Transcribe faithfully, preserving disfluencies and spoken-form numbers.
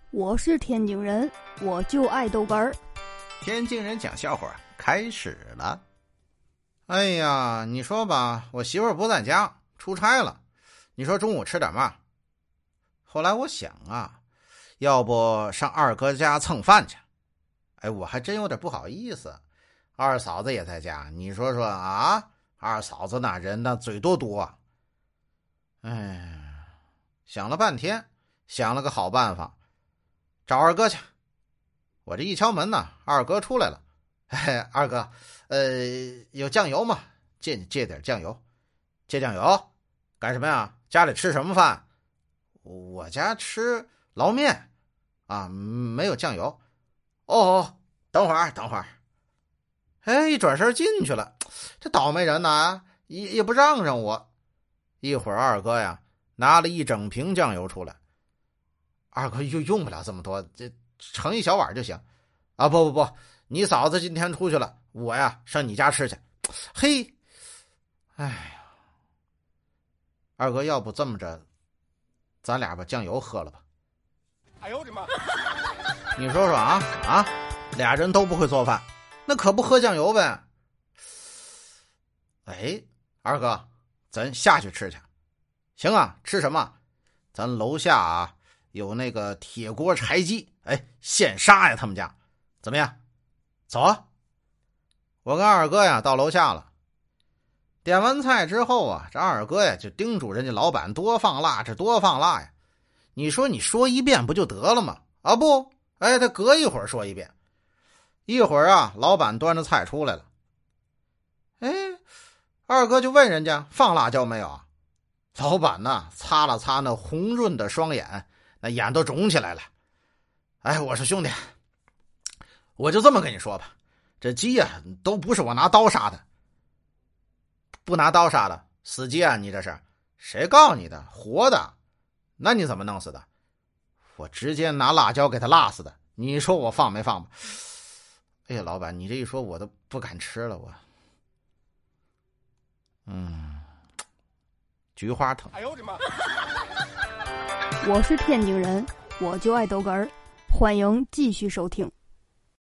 我是天津人，我就爱豆干儿。 天津人讲笑话开始了。哎呀，你说吧，我媳妇儿不在家，出差了。你说中午吃点嘛？后来我想啊，要不上二哥家蹭饭去？哎，我还真有点不好意思。二嫂子也在家，你说说啊，二嫂子那人那嘴多毒啊。哎，想了半天，想了个好办法，找二哥去。我这一敲门呢，二哥出来了。嘿，二哥，呃，有酱油吗？借借点酱油。借酱油？干什么呀？家里吃什么饭？我家吃捞面啊，没有酱油。哦哦，等会儿，等会儿。哎，一转身进去了。这倒霉人呢，也也不让让我。一会儿二哥呀，拿了一整瓶酱油出来。二哥又用不了这么多，这盛一小碗就行。啊，不不不，你嫂子今天出去了，我呀上你家吃去。嘿，哎呀，二哥，要不这么着，咱俩把酱油喝了吧。 哎呦我的妈！ 你说说啊啊，俩人都不会做饭，那可不喝酱油呗。哎，二哥，咱下去吃去。行啊，吃什么？咱楼下啊有那个铁锅柴鸡，哎，现杀呀，他们家。怎么样？走啊！我跟二哥呀到楼下了。点完菜之后啊，这二哥呀就叮嘱人家老板多放辣，这多放辣呀。你说你说一遍不就得了吗？啊不，哎，他隔一会儿说一遍。一会儿啊，老板端着菜出来了。哎，二哥就问人家放辣椒没有啊？老板呢擦了擦那红润的双眼，那眼都肿起来了。哎，我说兄弟，我就这么跟你说吧，这鸡呀都不是我拿刀杀的。不拿刀杀的死鸡啊？你这是谁告诉你的？活的。那你怎么弄死的？我直接拿辣椒给他辣死的。你说我放没放吧？哎呀，老板，你这一说我都不敢吃了。我嗯，菊花疼。 哎呦我的妈！ 我是天津人，我就爱豆干儿。欢迎继续收听。